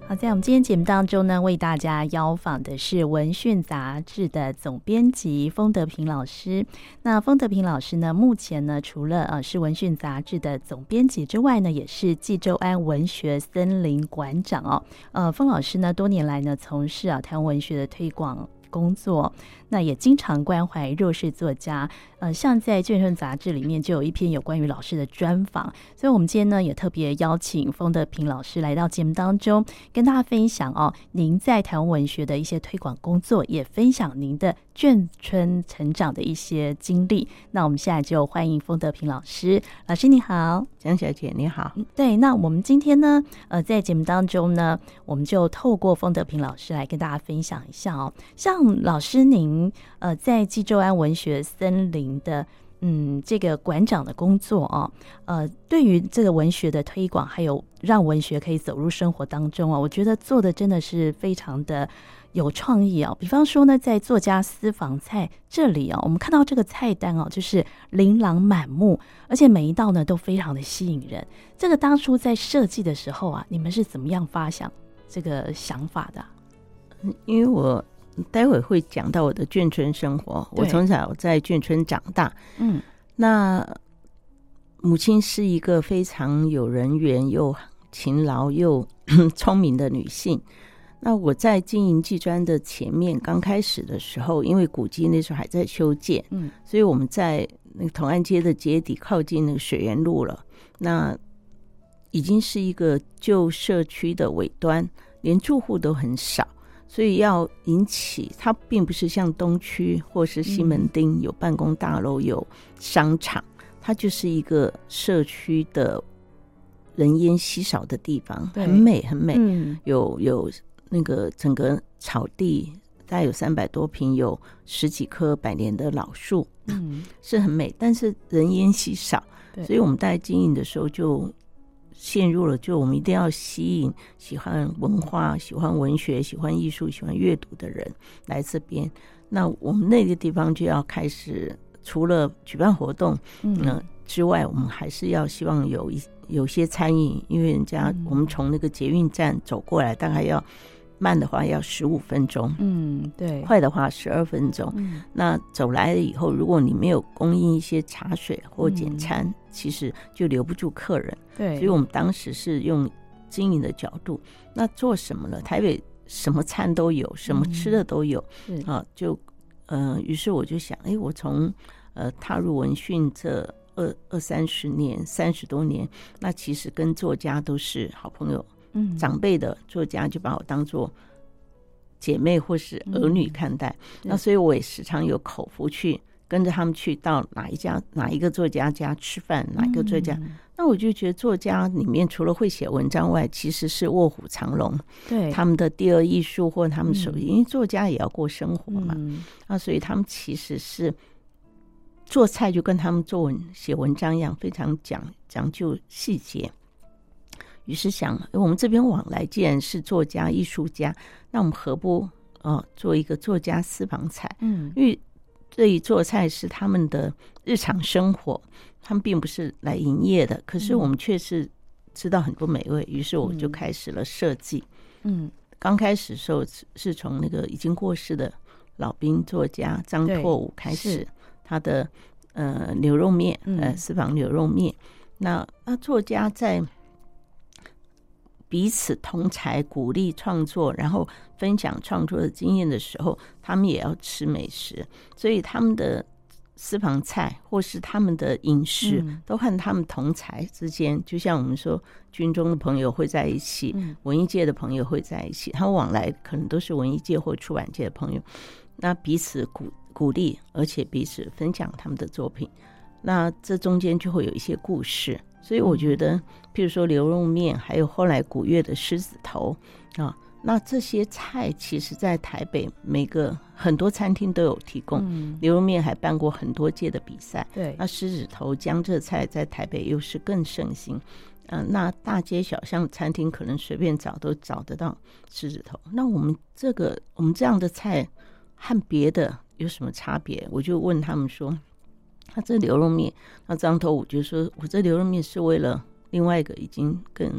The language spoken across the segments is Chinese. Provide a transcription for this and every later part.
好，在我们今天节目当中呢，为大家邀访的是文讯杂志的总编辑封德平老师。那封德平老师呢，目前呢，除了是文讯杂志的总编辑之外呢，也是纪州安文学森林馆长哦。封老师呢，多年来呢，从事台湾文学的推广工作，那也经常关怀弱势作家。像在《眷村》杂志里面就有一篇有关于老师的专访，所以我们今天呢也特别邀请封德平老师来到节目当中，跟大家分享您在台湾文学的一些推广工作，也分享您的眷村成长的一些经历。那我们现在就欢迎封德平老师。老师你好。 江小姐你好。 对，那我们今天呢在节目当中呢，我们就透过封德平老师来跟大家分享一下像老师您在纪州安文学森林的这个馆长的工作对于这个文学的推广，还有让文学可以走入生活当中我觉得做的真的是非常的有创意比方说呢，在作家私房菜这里我们看到这个菜单就是琳琅满目，而且每一道呢都非常的吸引人。这个当初在设计的时候你们是怎么样发想这个想法的因为我待会会讲到我的眷村生活，我从小在眷村长大。那母亲是一个非常有人缘又勤劳又聪明的女性。那我在经营纪专的前面刚开始的时候，因为古迹那时候还在修建，所以我们在那个同安街的街底靠近那个水源路了，那已经是一个旧社区的尾端，连住户都很少，所以要引起它并不是像东区或是西门町有办公大楼有商场，它就是一个社区的人烟稀少的地方，很美很美。有那个整个草地大概有300多坪，有10几棵百年的老树，是很美，但是人烟稀少，所以我们在经营的时候就陷入了，就我们一定要吸引喜欢文化、喜欢文学、喜欢艺术、喜欢阅读的人来这边。那我们那个地方就要开始，除了举办活动之外，我们还是要希望有些餐饮，因为人家我们从那个捷运站走过来，大概要慢的话要15分钟， 对， 快的话12分钟。那走来了以后，如果你没有供应一些茶水或简餐，其实就留不住客人。 对， 所以我们当时是用经营的角度，那做什么了？台北什么餐都有，什么吃的都有，于是我就想，我从踏入文讯这20-30年，30多年，那其实跟作家都是好朋友。长辈的作家就把我当作姐妹或是儿女看待，那所以我也时常有口福去跟着他们去到哪一个作家家吃饭，哪一个作家。那我就觉得作家里面除了会写文章外，其实是卧虎藏龙，对他们的第二艺术或他们手艺，因为作家也要过生活嘛，那所以他们其实是做菜就跟他们写文章一样，非常讲究细节。于是想，我们这边往来既然是作家艺术家，那我们何不做一个作家私房菜？因为这一做菜是他们的日常生活，他们并不是来营业的，可是我们却是知道很多美味。于是我就开始了设计。刚开始的时候是从那个已经过世的老兵作家张拓武开始，他的牛肉面，私房牛肉面。那作家在彼此同才鼓励创作，然后分享创作的经验的时候，他们也要吃美食，所以他们的私房菜或是他们的饮食都和他们同才之间，就像我们说军中的朋友会在一起，文艺界的朋友会在一起，他们往来可能都是文艺界或出版界的朋友，那彼此鼓励，而且彼此分享他们的作品，那这中间就会有一些故事。所以我觉得譬如说牛肉面，还有后来古月的狮子头那这些菜其实在台北很多餐厅都有提供，牛肉面还办过很多届的比赛。对，那狮子头江浙菜在台北又是更盛行，那大街小巷餐厅可能随便找都找得到狮子头。那我们这样的菜和别的有什么差别？我就问他们说，他这牛肉面，那张头武就说，我这牛肉面是为了另外一个已经更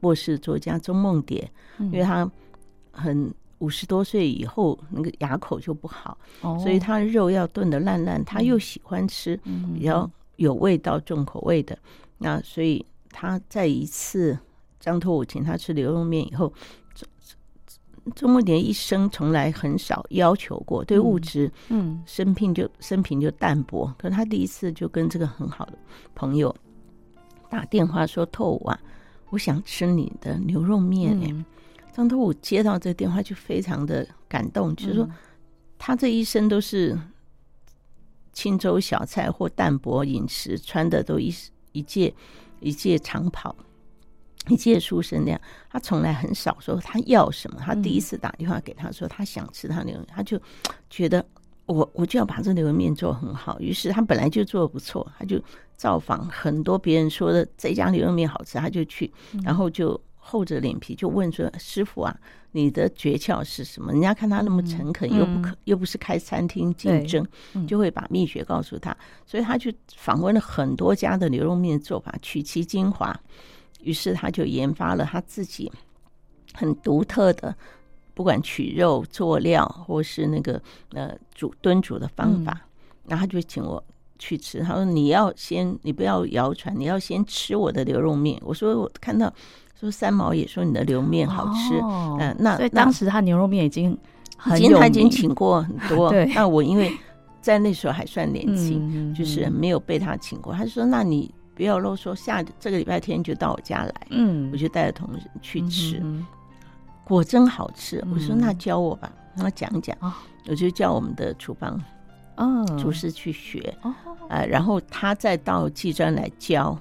过世作家钟梦蝶，因为他很50多岁以后那个牙口就不好，所以他肉要炖得烂烂，他又喜欢吃比较有味道重口味的，那所以他在一次张拓武请他吃牛肉面以后，钟梦蝶一生从来很少要求过对物质，生平就淡薄，可是他第一次就跟这个很好的朋友打电话说，拓武啊，我想吃你的牛肉面张拓武接到这个电话就非常的感动，就是说他这一生都是清粥小菜或淡薄饮食，穿的都一介长袍，一介书生那样，他从来很少说他要什么。他第一次打电话给他说他想吃他牛肉面，他就觉得我就要把这牛肉面做很好，于是他本来就做得不错，他就造访很多别人说的这家牛肉面好吃，他就去，然后就厚着脸皮就问说，师傅啊，你的诀窍是什么？人家看他那么诚恳，又不是开餐厅竞争，就会把秘诀告诉他，所以他就访问了很多家的牛肉面做法，取其精华，于是他就研发了他自己很独特的，不管取肉做料或是那个炖煮的方法，然后他就请我去吃，他说你不要谣传，你要先吃我的牛肉面。我说我看到说三毛也说你的牛肉面好吃， 所以当时他牛肉面已经他已经请过很多那我因为在那时候还算年轻，就是没有被他请过，他就说那你不要啰嗦，这个礼拜天就到我家来，我就带着同事去吃，果真好吃。我说那教我吧，让他讲一讲，我就叫我们的厨房厨师去学，然后他再到技专来教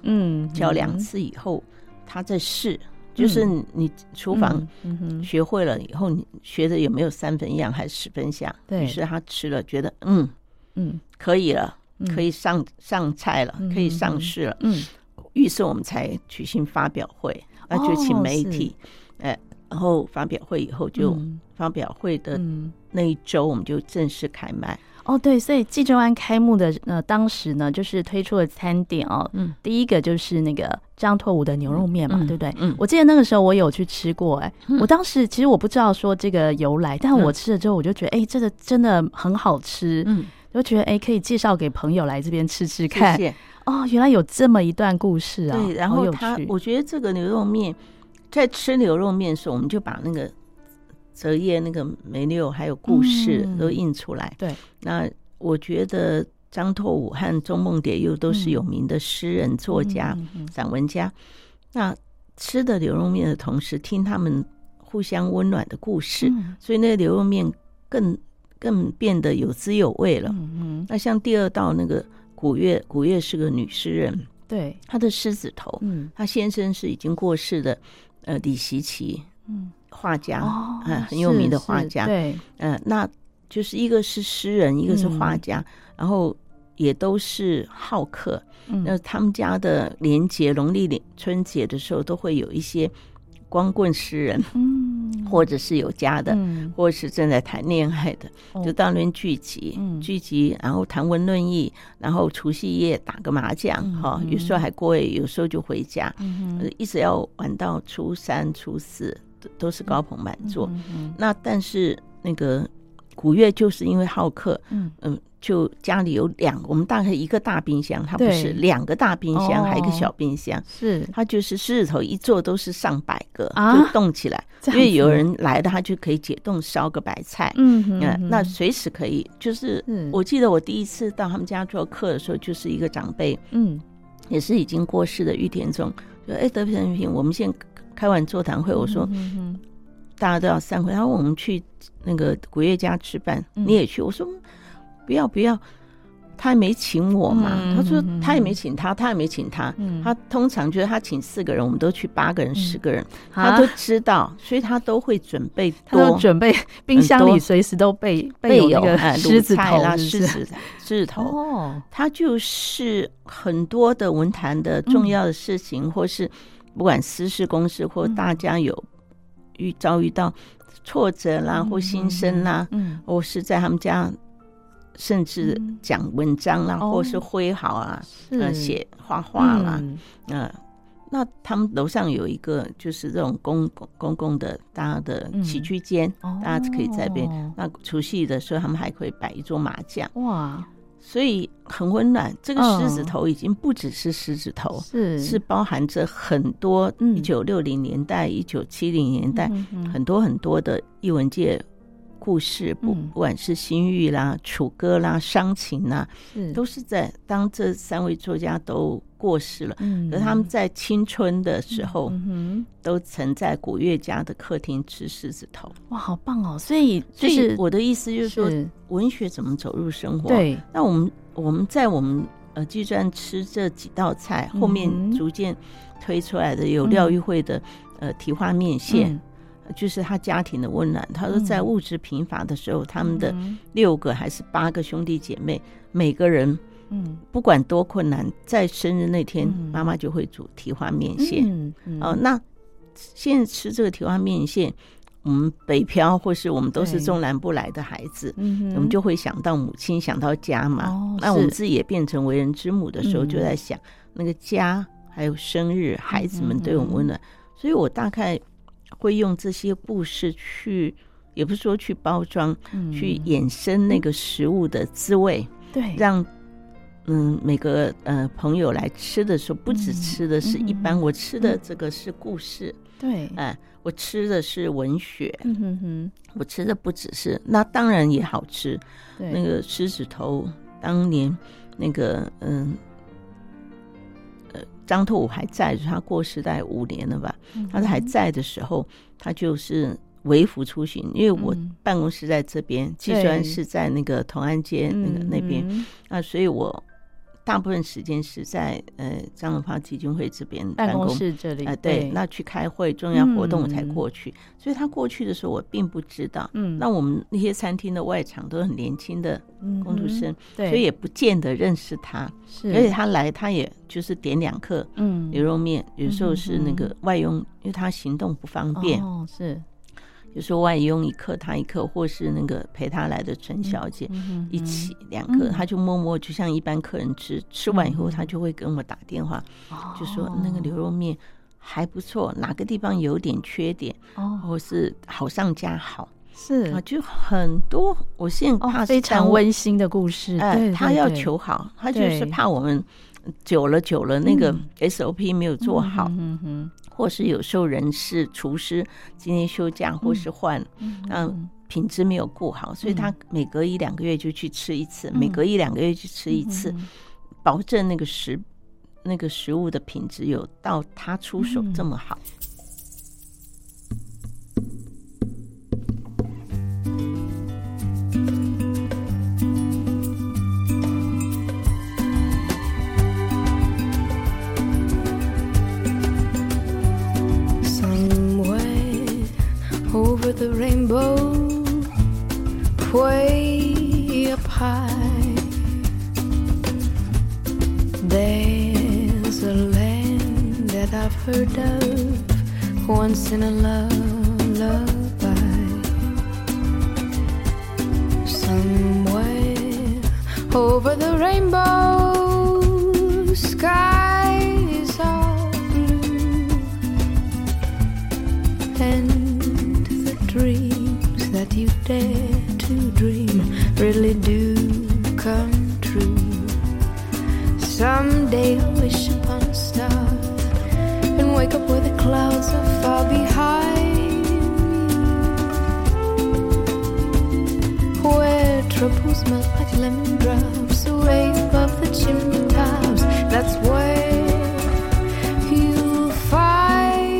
2次以后，他再试，就是你厨房学会了以后，你学的有没有3分样还是10分像？于是他吃了，觉得可以了，可以上菜了，可以上市了。于是我们才举行发表会，那就请媒体，然后发表会以后就发表会的那一周我们就正式开卖。 对，所以纪州庵开幕的当时呢，就是推出了餐点第一个就是那个张拓武的牛肉面嘛，对不对？我记得那个时候我有去吃过，我当时其实我不知道说这个由来，但我吃了之后我就觉得，这个真的很好吃，就觉得可以介绍给朋友来这边吃吃看。 谢谢原来有这么一段故事啊！ 对，然后我觉得这个牛肉面，在吃牛肉面的时候，我们就把那个折页那个梅六还有故事都印出来。对，那我觉得张拓武和钟梦蝶又都是有名的诗人、作家、散文家。那吃的牛肉面的同时，听他们互相温暖的故事，所以那个牛肉面更变得有滋有味了。那像第2道那个古月是个女诗人，对，她的狮子头，她先生是已经过世的李习奇，画家，很有名的画家。对，那就是一个是诗人，一个是画家，然后也都是好客。那他们家的连结农历春节的时候，都会有一些光棍诗人，或者是有家的，或者是正在谈恋爱的，就到那边聚集，然后谈文论艺，然后除夕夜打个麻将，有时候还过夜，有时候就回家，一直要玩到初3、初4，都是高朋满座。那但是那个古月就是因为好客，就家里有我们大概一个大冰箱，它不是2个大冰箱，还有一个小冰箱，是它就是狮子头一坐都是上百个，就冻起来，因为有人来的，他就可以解冻烧个白菜，那随时可以。就是我记得我第一次到他们家做客的时候，就是一个长辈，也是已经过世的玉田总，说德平，我们现在开完座谈会，我说大家都要散会，他问我们去那个古月家吃饭，你也去？我说不要，他也没请我嘛。他说他也没请他也没请他。他通常就是他请4个人，我们都去8个人、10个人，他都知道，所以他都会准备多， 他都准备冰箱里随时都备有那个狮子头啦，狮子头。他就是很多的文坛的重要的事情，或是不管私事公事，或大家有遭遇到挫折啦，或心声啦，或是在他们家甚至讲文章啦，或是挥毫啊，写画画啦， 那他们楼上有一个就是这种公共的大家的起居间，大家可以在那边。那除夕的时候，他们还可以摆一桌麻将，哇，所以很温暖。这个狮子头已经不只是狮子头，是包含着很多1960年代、1970年代很多很多的艺文界故事，不管是辛玉啦、楚歌啦、伤情啦，都是在当这3位作家都过世了，可是他们在青春的时候，都曾在古月家的客厅吃狮子头。 哇，好棒哦！所以我的意思就是说，文学怎么走入生活？ 对， 那我们在我们计算吃这几道菜，后面逐渐推出来的有廖玉慧的提花面线。就是他家庭的温暖。他说在物质贫乏的时候，他们的6个还是8个兄弟姐妹，每个人不管多困难，在生日那天妈妈就会煮提花面线。那现在吃这个提花面线，我们北漂或是我们都是中南部来的孩子，我们就会想到母亲，想到家嘛。那我们自己也变成为人之母的时候，就在想那个家还有生日，孩子们都有温暖。所以我大概会用这些故事去，也不是说去包装，去衍生那个食物的滋味，对，让每个朋友来吃的时候，不只吃的是一般，我吃的这个是故事，对，我吃的是文学，我吃的不只是，那当然也好吃。那个狮子头，当年那个张拓武还在，他过世大概5年了吧。他还在的时候，他就是微服出巡，因为我办公室在这边，技专是在那个同安街那边，所以我大部分时间是在张荣发基金会这边办公室这里， 对，那去开会重要活动我才过去，所以他过去的时候我并不知道。那我们那些餐厅的外场都很年轻的工读生，所以也不见得认识他。而且他来，他也就是点2客牛肉面，有时候是那个外佣，因为他行动不方便，是。有时候外佣1客他1客，或是那个陪他来的陈小姐一起2客，他就默默就像一般客人吃完以后，他就会跟我打电话，就说那个牛肉面还不错，哪个地方有点缺点，或是好上加好，是就很多。我现在怕非常温馨的故事， 他要求好，他就是怕我们久了那个 SOP 没有做好，或是有时候人事厨师今天休假或是换，品质没有顾好，所以他每隔1-2个月就去吃一次，每隔1-2个月去吃一次，保证那个食物的品质有到他出手这么好。 Over the rainbow, way up high, there's a land that I've heard of once in a lullaby. Somewhere over the rainbow, skies are blue, and dreams that you dare to dream really do come true. Someday I'll wish upon a star and wake up where the clouds are far behind me, where troubles melt like lemon drops away above the chimney tops. That's where you'll find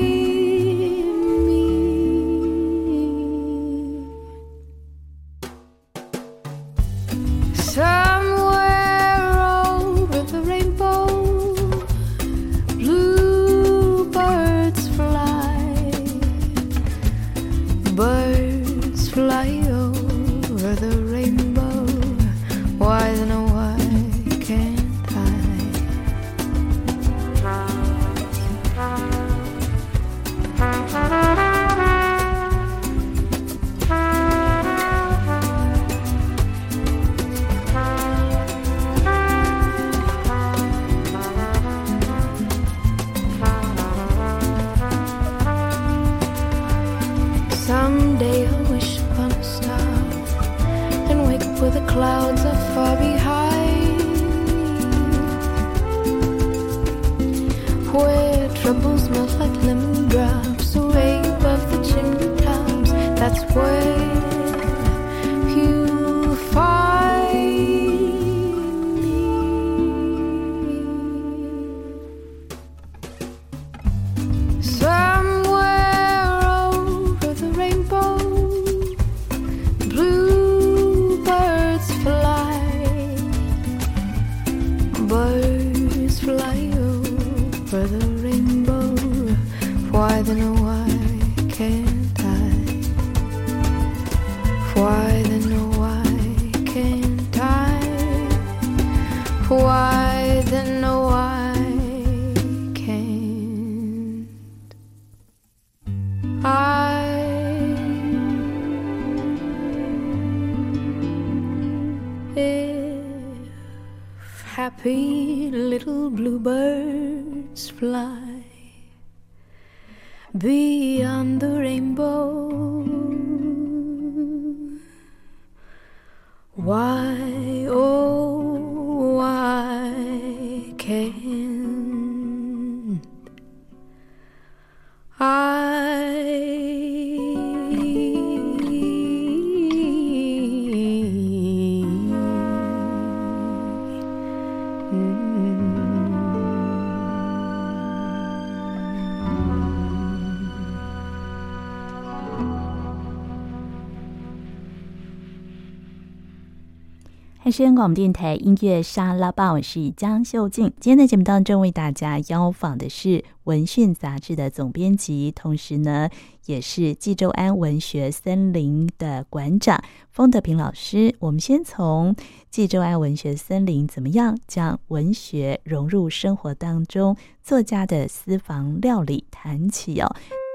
somewhere over the rainbow. Bluebirds fly, birds fly over the rainbow. Why then oh why can't I? Someday I'll wish upon a star and wake up where the clouds are far behind, where troubles melt like lemon drops away above the chimney tops. That's where you'll find me. Somewhere over the rainbow, bluebirds fly, birds fly over the rainbow. Why then, oh why can't I? Why then, oh why can't I? Why then, oh why can't I? If happy little bluebirds fly beyond the rainbow, why, oh, why can't 汉声广播电台音乐沙拉吧，我是江秀静。今天的节目当中为大家邀访的是文讯杂志的总编辑，同时呢也是纪州安文学森林的馆长封德平老师。我们先从纪州安文学森林怎么样将文学融入生活当中，作家的私房料理谈起哦。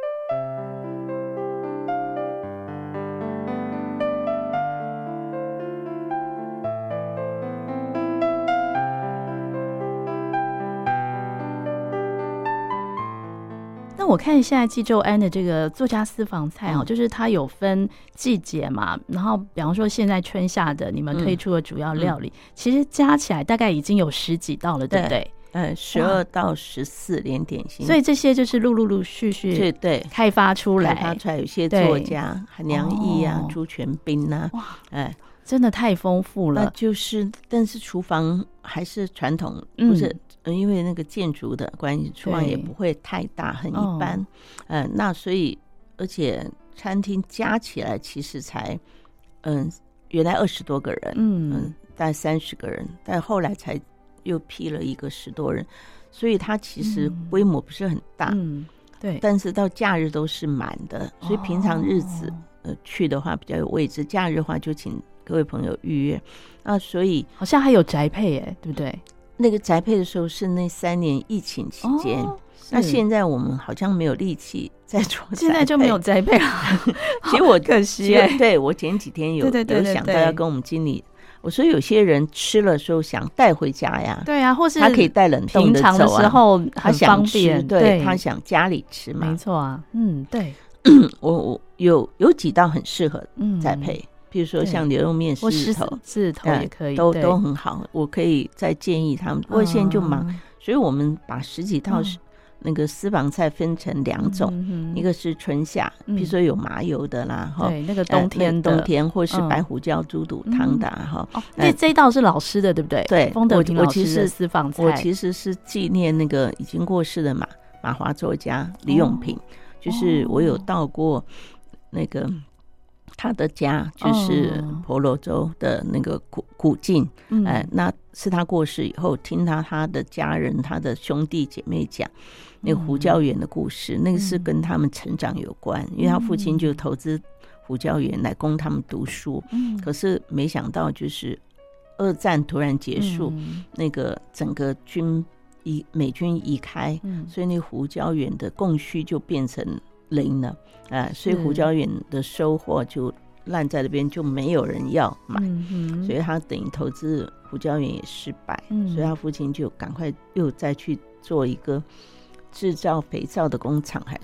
那我看现在纪州安的这个作家私房菜哦，就是它有分季节嘛，然后比方说现在春夏的你们推出的主要料理，其实加起来大概已经有10几道了，对不对 ？12到14连点心， 所以这些就是陆续对开发出来， 有些作家韩良义啊、朱全斌啊， 真的太丰富了。 那就是，但是厨房还是传统，不是因为那个建筑的关系，厨房也不会太大，很一般。那所以而且餐厅加起来其实才原来20多个人，大概30个人，但后来才又批了一个10多人，所以它其实规模不是很大。 对， 但是到假日都是满的，所以平常日子去的话比较有位置，假日的话就请各位朋友预约。那所以好像还有宅配耶，对不对？ 那个宅配的时候是那3年疫情期间，那现在我们好像没有力气再做宅配， 现在就没有宅配了。 其实我可惜耶， 对，我前几天有想到要跟我们经理，我说有些人吃了时候想带回家呀， 对啊，或是他可以带冷冻的走啊， 平常的时候很方便， 对，他想家里吃嘛， 没错啊，对。 我有几道很适合栽培，比如说像牛肉面、狮子头也可以， 都很好。我可以再建议他们，不过现在就忙，所以我们把10几套那个私房菜分成2种，一个是春夏，比如说有麻油的啦， 对，那个冬天或是白胡椒猪肚汤的哈。 这一道是老师的，对不对？ 对， 封德平老师的私房菜， 我其实是纪念那个已经过世的马华作家李永平。就是我有到过那个他的家，就是婆罗洲的那个古晋，那是他过世以后，听他的家人、他的兄弟姐妹讲那个胡椒园的故事，那个是跟他们成长有关，因为他父亲就投资胡椒园来供他们读书，可是没想到就是2战突然结束，那个整个美军移开，所以那胡椒园的供需就变成零了，所以胡椒园的收获就烂在那边，就没有人要买，所以他等于投资胡椒园也失败，所以他父亲就赶快又再去做一个制造肥皂的工厂还是什么，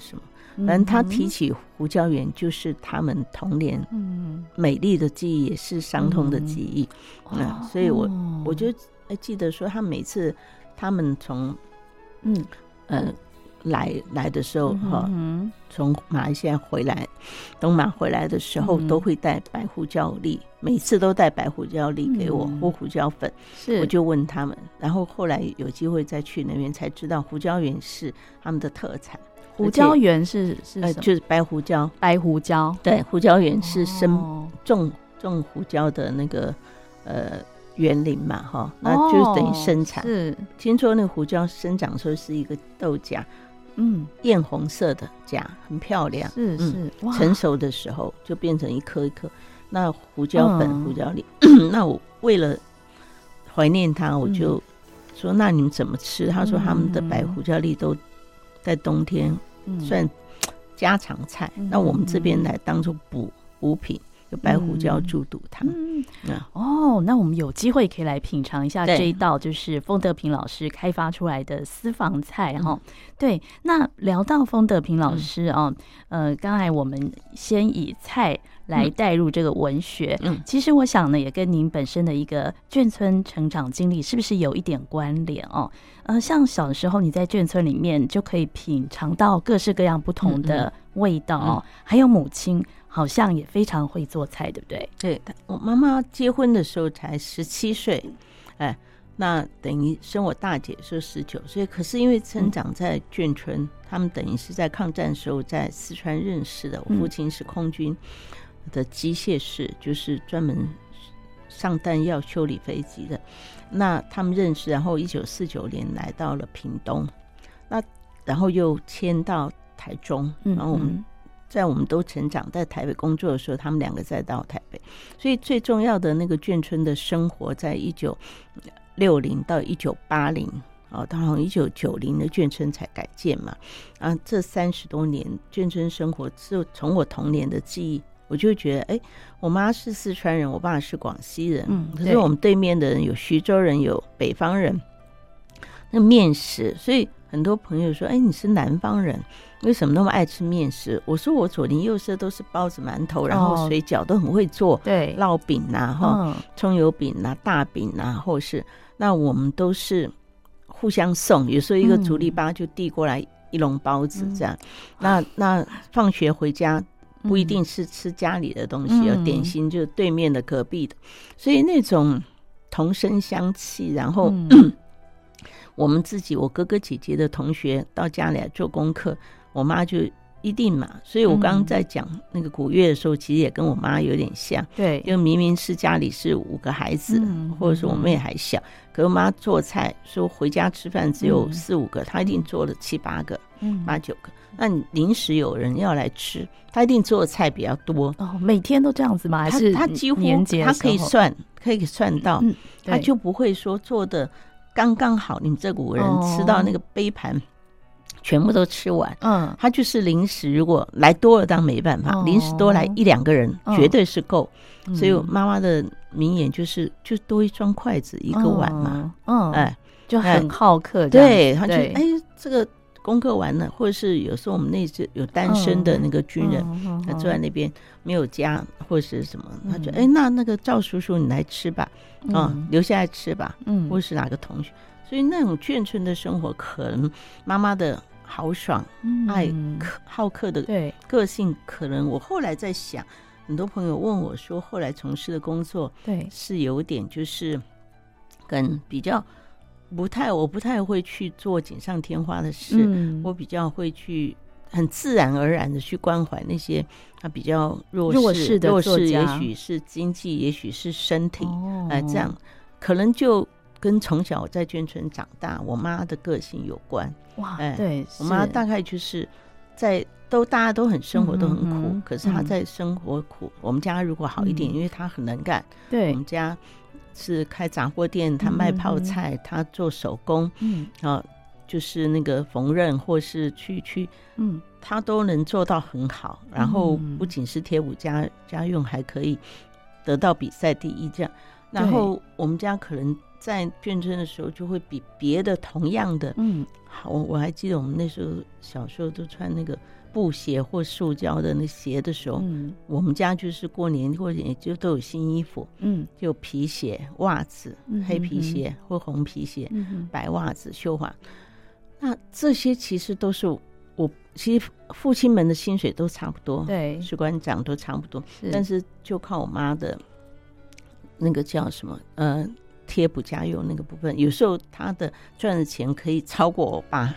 反正他提起胡椒园，就是他们童年美丽的记忆，也是伤痛的记忆。所以我就记得说，他每次他们从来的时候从马来西亚回来，东马回来的时候，都会带白胡椒粒，每次都带白胡椒粒给我，或胡椒粉。我就问他们，然后后来有机会再去那边，才知道胡椒园是他们的特产。 胡椒园是什么？ 就是白胡椒。 白胡椒， 对，胡椒园是种胡椒的那个园林嘛，那就等于生产。是，听说那个胡椒生长的时候是一个豆荚，艳红色的荚，很漂亮。是，成熟的时候就变成一颗一颗。那胡椒粉、胡椒粒，那我为了怀念它，我就说：“那你们怎么吃？”他说：“他们的白胡椒粒都在冬天算家常菜，那我们这边来当做补品。”有白胡椒猪肚汤。 那我们有机会可以来品尝一下这一道，就是封德平老师开发出来的私房菜哈。对，那聊到封德平老师刚才我们先以菜来带入这个文学，其实我想呢，也跟您本身的一个眷村成长经历是不是有一点关联哦？像小的时候你在眷村里面就可以品尝到各式各样不同的味道还有母亲好像也非常会做菜，对不对？ 对，我妈妈结婚的时候才17岁，那等于生我大姐是19岁，可是因为成长在眷村，他们等于是在抗战时候在四川认识的。我父亲是空军的机械师，就是专门上弹药修理飞机的。那他们认识，然后1949年来到了屏东，那然后又迁到台中，然后我们都成长在台北工作的时候，他们2个再到台北，所以最重要的那个眷村的生活，在1960到1980到好像1990的眷村才改建嘛，这30多年眷村生活，就从我童年的记忆，我就觉得我妈是四川人，我爸是广西人，可是我们对面的人有徐州人，有北方人，那面食，所以很多朋友说你是南方人，为什么那么爱吃面食？我说我左邻右舍都是包子馒头，然后水饺都很会做，对，烙饼葱油饼大饼或是那我们都是互相送，有时候一个竹篱笆就递过来一笼包子这样，那放学回家不一定是吃家里的东西，有点心就对面的隔壁的，所以那种同声相气，然后我们自己我哥哥姐姐的同学到家里来做功课，我妈就一定嘛，所以我刚刚在讲那个古乐的时候，其实也跟我妈有点像，对，就明明是家里是5个孩子，或者说我妹还小，可是我妈做菜说回家吃饭只有4、5个，她一定做了7、8个，8、9个，那临时有人要来吃，她一定做的菜比较多。 每天都这样子吗？还是她几乎她可以算到，她就不会说做的刚刚好，你们这5个人吃到那个杯盘全部都吃完，他就是临时如果来多了当没办法，临时多来1、2个人绝对是够，所以妈妈的名言就多一双筷子一个碗嘛， 就很好客这样， 对，他就这个功课完了，或者是有时候我们那次有单身的那个军人，他坐在那边没有家或者是什么，他就那个赵叔叔你来吃吧，留下来吃吧，或者是哪个同学，所以那种眷村的生活，可能妈妈的豪爽、好客的个性，可能我后来在想，很多朋友问我说，后来从事的工作，对，是有点就是跟比较我不太会去做锦上添花的事，我比较会去很自然而然的去关怀那些他比较弱势的作家，也许是经济，也许是身体，这样可能就跟从小在眷村长大，我妈的个性有关。哇，对，我妈大概就是大家都很生活都很苦，可是她在生活苦，我们家如果好一点，因为她很能干，对，我们家是开杂货店，她卖泡菜，她做手工，就是那个缝纫或是去她都能做到很好，然后不仅是贴补家用，还可以得到比赛第1这样。然后我们家可能在眷村的时候就会比别的同样的，我还记得我们那时候小时候都穿那个布鞋或塑胶的那鞋的时候，我们家就是过年或者也就都有新衣服，就皮鞋、袜子、黑皮鞋或红皮鞋、白袜子、绣花。那这些其实都是其实父亲们的薪水都差不多， 对， 士官长都差不多，但是就靠我妈的那个叫什么贴补家用那个部分，有时候她的赚的钱可以超过我爸。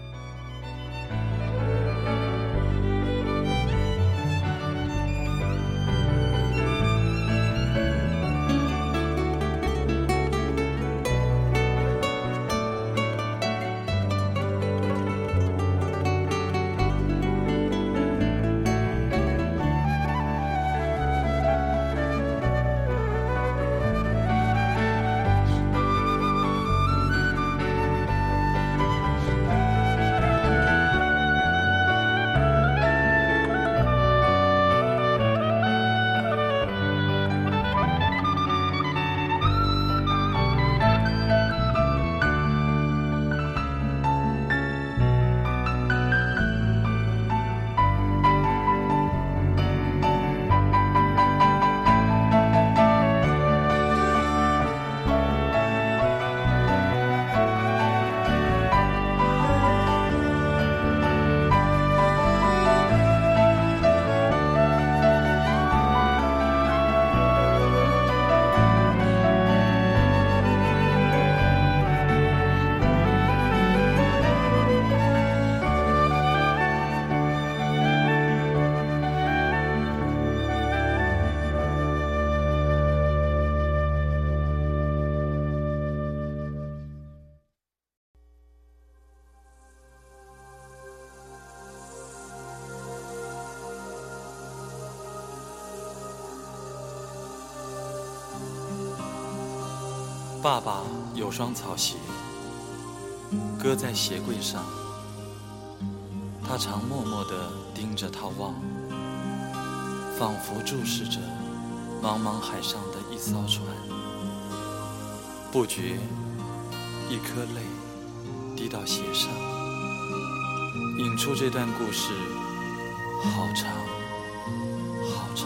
爸爸有双草鞋，搁在鞋柜上，他常默默地盯着它望，仿佛注视着茫茫海上的一艘船。不觉一颗泪滴到鞋上，引出这段故事，好长好长。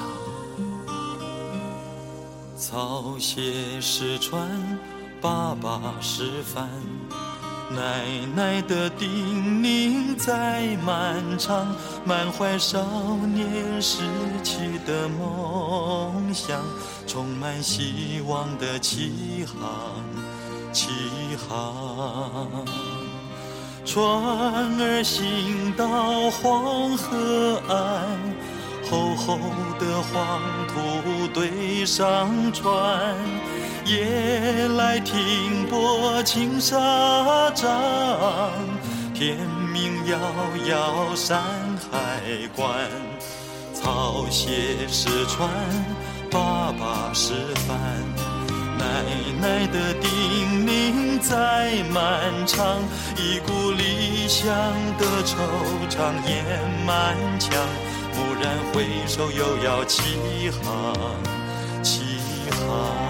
草鞋是船，爸爸是帆，奶奶的叮咛在漫长，满怀少年时期的梦想，充满希望的起航，起航。船儿行到黄河岸，厚厚的黄土堆上船，夜来停泊青纱帐，天明遥遥山海关。草鞋是船，爸爸是帆，奶奶的叮咛在漫长，一股理想的惆怅掩满腔，蓦然回首又要起航，起航。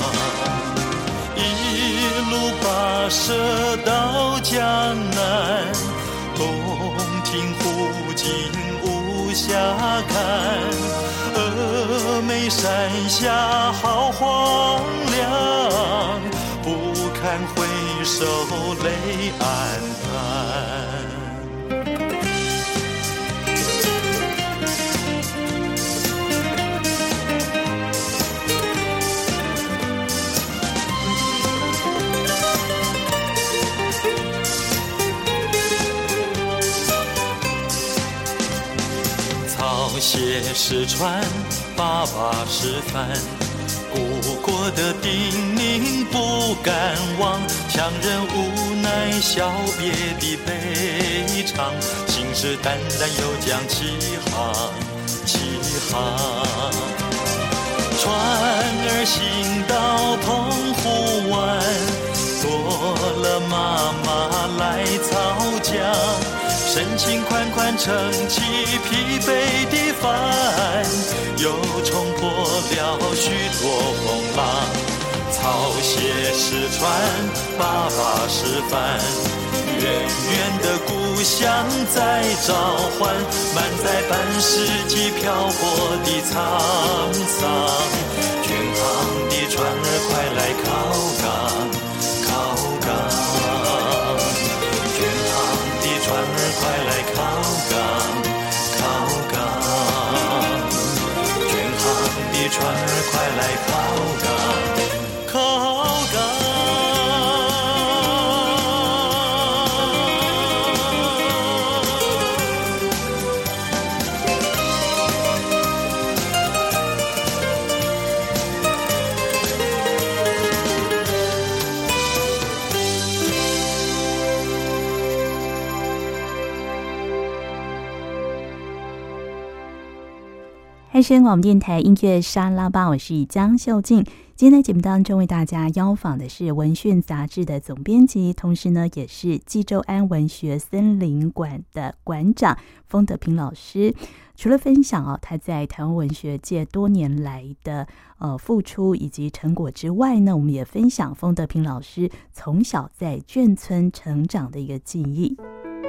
一路跋涉到江南，洞庭湖景无暇看，峨眉山下好荒凉，不堪回首泪暗淡。草鞋是船，爸爸是帆，故国的叮咛不敢忘，强忍无奈小别的悲怆，信誓旦旦又将起航，起航。船儿行到澎湖湾，多了妈妈来操桨，深情款款撑起疲惫的帆，又冲破了许多风浪。草鞋失传，爸爸示范。远远的故乡在召唤，满载半世纪漂泊的沧桑。远航的船儿快来靠港，靠港。远航的船儿快来靠港，靠港。远航的船儿快来靠港，靠港。 汉声广播电台音乐沙拉吧，我是江秀静。今天在节目当中为大家邀访的是《文讯》杂志的总编辑，同时呢也是济州安文学森林馆的馆长封德平老师。除了分享他在台湾文学界多年来的付出以及成果之外呢，我们也分享封德平老师从小在眷村成长的一个记忆。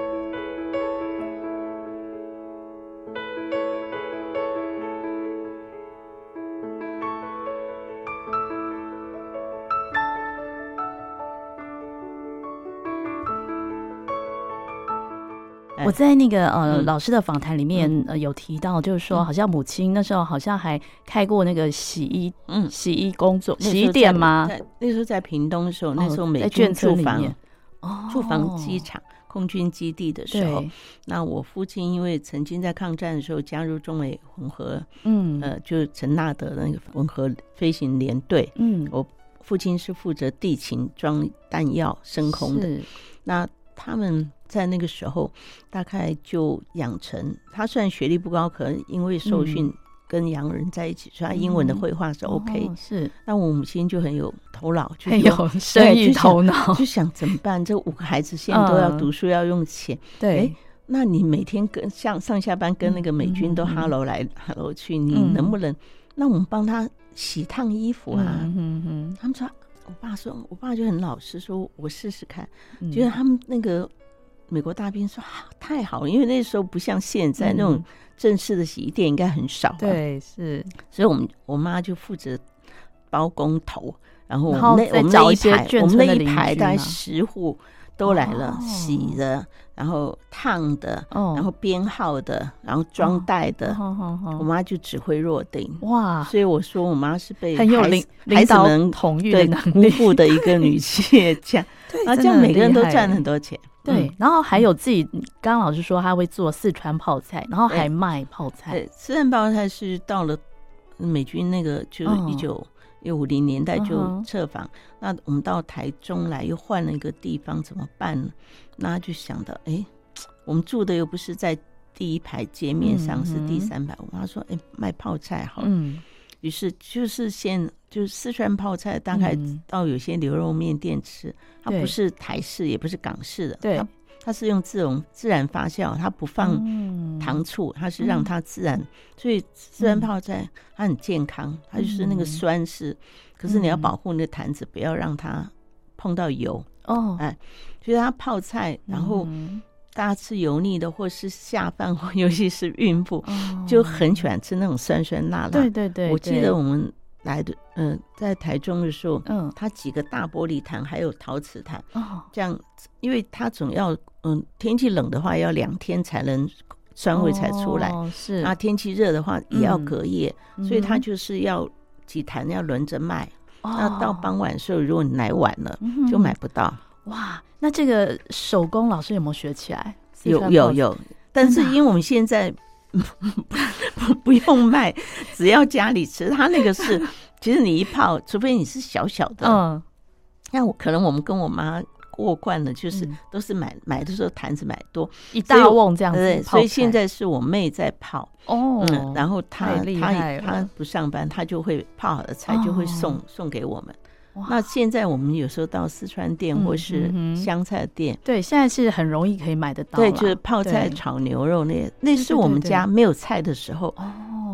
我在那个老师的访谈里面有提到，就是说好像母亲那时候好像还开过那个洗衣工作洗衣店吗？ 那时候在屏东的时候，那时候美军驻防机场空军基地的时候，那我父亲因为曾经在抗战的时候加入中美混合，就是陈纳德的那个混合飞行联队，我父亲是负责地勤装弹药升空的，那他们在那个时候大概就养成，他虽然学历不高，可能因为受训跟洋人在一起，所以他英文的绘画是 OK， 是。 那我母亲就很有头脑，就很有生意头脑， 就想怎么办？这5个孩子现在都要读书，要用钱， 对。 那你每天跟上下班跟那个美军都 hello 来 hello 去，你能不能？那我们帮他洗烫衣服啊？他们说。我爸就很老实说，我试试看。觉得他们那个美国大兵说太好了，因为那时候不像现在那种正式的洗衣店应该很少， 对，是。 所以我妈就负责包工头，然后我们那一排大概10户都来了，洗的，然后烫的，然后编号的，然后装袋的，我妈就指挥若定。哇！所以我说我妈是被很有领导统御的能力辜负的一个女企业家。然后这样每个人都赚很多钱。 对，然后还有自己，刚刚老师说他会做四川泡菜，然后还卖泡菜。 对，四川泡菜是到了美军那个就1950年代就撤访，那我们到台中来又换了一个地方怎么办呢？那就想到我们住的又不是在第一排街面上，是第3排。我妈说卖泡菜好了，于是就是四川泡菜大概到有些牛肉面店吃，它不是台式也不是港式的， 对， 它是用自然发酵，它不放糖醋，它是让它自然，所以四川泡菜它很健康，它就是那个酸是，可是你要保护那个坛子，不要让它碰到油所以它泡菜，然后大家吃油腻的或是下饭，或尤其是孕妇就很喜欢吃那种酸酸辣辣。 对对对， 我记得我们来的在台中的时候，它几个大玻璃坛还有陶瓷坛，这样，因为它总要天气冷的话要2天才能酸味才出来，是，那天气热的话也要隔夜，所以它就是要几坛要轮着卖。那到傍晚的时候，如果你来晚了，就买不到。 哇，那这个手工老师有没有学起来？ 有，但是因为我们现在不用卖，只要家里吃。它那个是，其实你一泡，除非你是小小的，那可能我们跟我妈过惯了，就是都是买的时候坛子买多一大瓮这样子， 对，所以现在是我妹在泡然后她不上班，她就会泡好的菜就会送给我们。那现在我们有时候到四川店或是湘菜店， 对，现在是很容易可以买得到。 对，就是泡菜炒牛肉那是我们家没有菜的时候，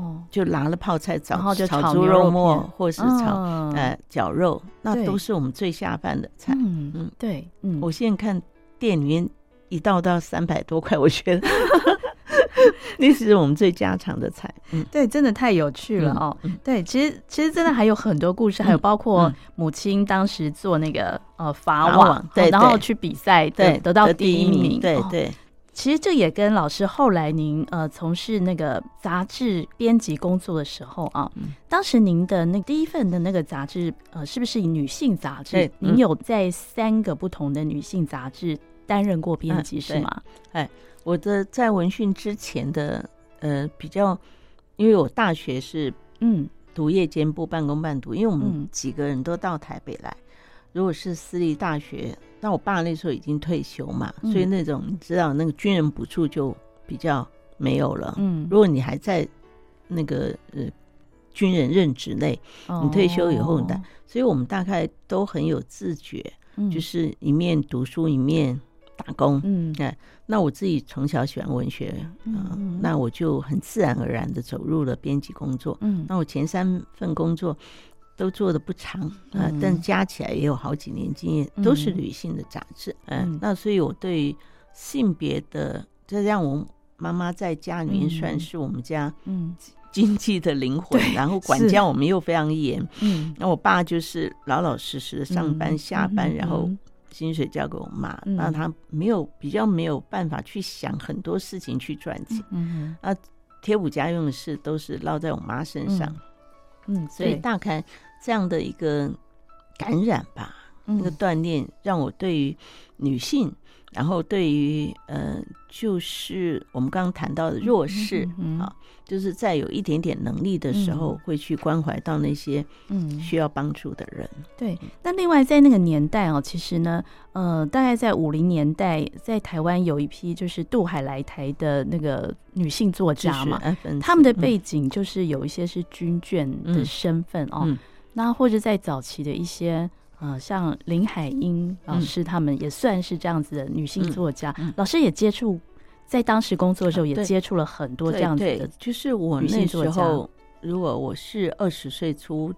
就拿了泡菜然后就炒猪肉末，或是炒绞肉，那都是我们最下饭的菜。 对， 我现在看店里面一道到300多块，我觉得那是我们最家常的菜。 对，真的太有趣了哦。对，其实真的还有很多故事，还有包括母亲当时做那个法网， 对， 然后去比赛，对，得到第1名， 对对。 其实这也跟老师后来您从事那个杂志编辑工作的时候啊，当时您的那第一份的那个杂志是不是女性杂志？您有在3个不同的女性杂志担任过编辑是吗？ 我的在文讯之前的比较，因为我大学是读夜间部，半工半读，因为我们几个人都到台北来。如果是私立大学，那我爸那时候已经退休嘛，所以那种你知道那个军人补助就比较没有了。如果你还在那个军人任职内，你退休以后的，所以我们大概都很有自觉，就是一面读书一面打工。那我自己从小喜欢文学，那我就很自然而然的走入了编辑工作。那我前3份工作都做的不长但加起来也有好几年经验，都是女性的杂志。那所以我对于性别的，这让我妈妈在家里面算是我们家经济的灵魂，然后管教我们又非常严。那我爸就是老老实实的上班下班，然后薪水交给我妈，那他比较没有办法去想很多事情去赚钱。那贴补家用的事都是落在我妈身上。所以大概这样的一个感染吧，那个锻炼让我对于女性，然后对于就是我们刚刚谈到的弱势就是在有一点点能力的时候，会去关怀到那些需要帮助的人。 对，那另外在那个年代其实呢，大概在50年代，在台湾有一批就是渡海来台的那个女性作家嘛，他们的背景就是有一些是军眷的身份那或者在早期的一些像林海音老师，他们也算是这样子的女性作家。老师也接触，在当时工作的时候也接触了很多这样子的， 就是我那时候，如果我是20岁出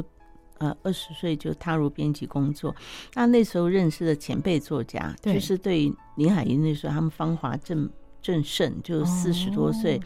20岁就踏入编辑工作，那时候认识的前辈作家，就是对于林海音那时候他们芳华正盛，就40多岁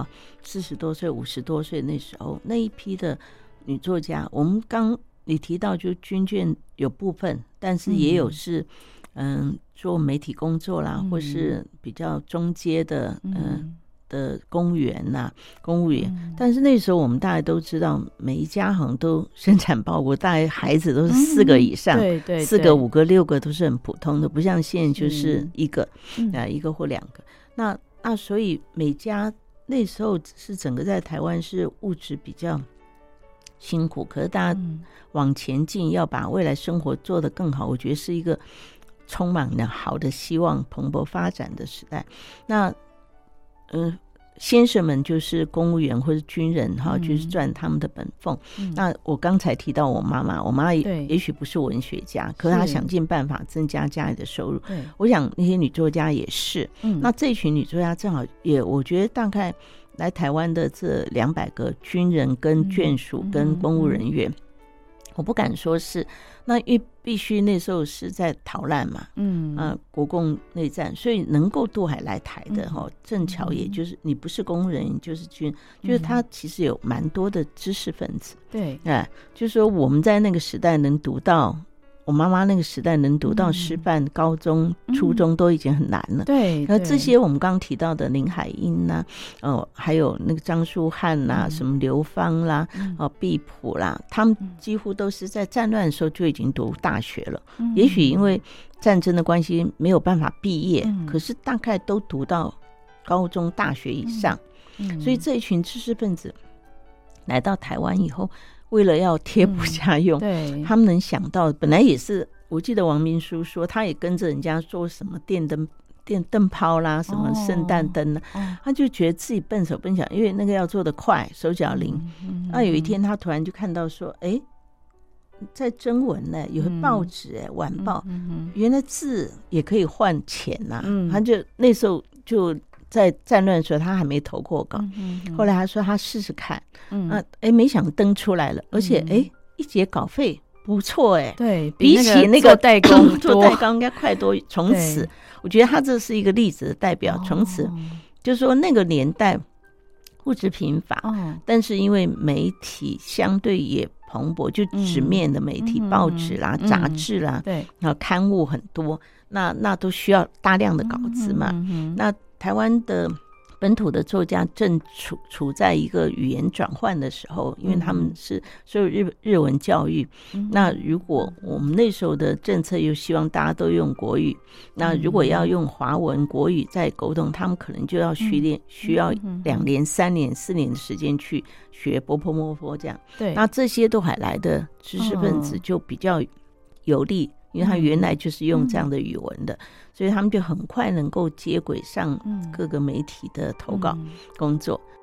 40多岁50多岁那时候那一批的女作家，我们刚你提到就军眷有部分，但是也有是做媒体工作啦，或是比较中阶的的公务员公务员。但是那时候我们大家都知道，每一家好像都生产报国，大概孩子都是4个以上，4个5个6个都是很普通的，不像现在就是1个1个或2个。那所以每家那时候是整个在台湾是物质比较辛苦，可是大家往前进，要把未来生活做得更好，我觉得是一个充满了好的希望、蓬勃发展的时代。那先生们就是公务员或者军人就是赚他们的本俸。那我刚才提到我妈也许不是文学家，可是她想尽办法增加家里的收入。我想那些女作家也是。那这群女作家正好也，我觉得大概来台湾的这200个军人跟眷属跟公务人员，我不敢说是，那因为必须那时候是在逃难嘛，国共内战，所以能够渡海来台的正巧也就是你不是公务人员就是军，就是他其实有蛮多的知识分子。对，就是说我们在那个时代能读到。我妈妈那个时代能读到师范、高中、初中都已经很难了。对，而这些我们刚刚提到的林海音还有那个张书翰什么刘芳啦、毕普啦，他们几乎都是在战乱的时候就已经读大学了。也许因为战争的关系没有办法毕业，可是大概都读到高中、大学以上。所以这一群知识分子来到台湾以后，为了要贴补家用，他们能想到本来也是，我记得王明书说他也跟着人家做什么电灯泡啦，什么圣诞灯他就觉得自己笨手笨脚，因为那个要做得快，手脚灵。那有一天他突然就看到说，在征文呢，有个报纸晚报，原来字也可以换钱他就那时候就在战乱的时候他还没投过稿，后来他说他试试看，没想登出来了，而且一节稿费不错对， 比起那个代工做代工应该快多。从此我觉得他这是一个例子的代表，从此就是说那个年代物质贫乏，但是因为媒体相对也蓬勃，就纸面的媒体，报纸啦、杂志啦， 对， 然后刊物很多，那都需要大量的稿子嘛。那台湾的本土的作家正处在一个语言转换的时候，因为他们是所有日文教育，那如果我们那时候的政策又希望大家都用国语，那如果要用华文国语在沟通，他们可能就要需要2年、3年、4年的时间去学波波摸波这样。 对， 那这些都还来的知识分子就比较有利，因为他原来就是用这样的语文的，所以他们就很快能够接轨上各个媒体的投稿工作。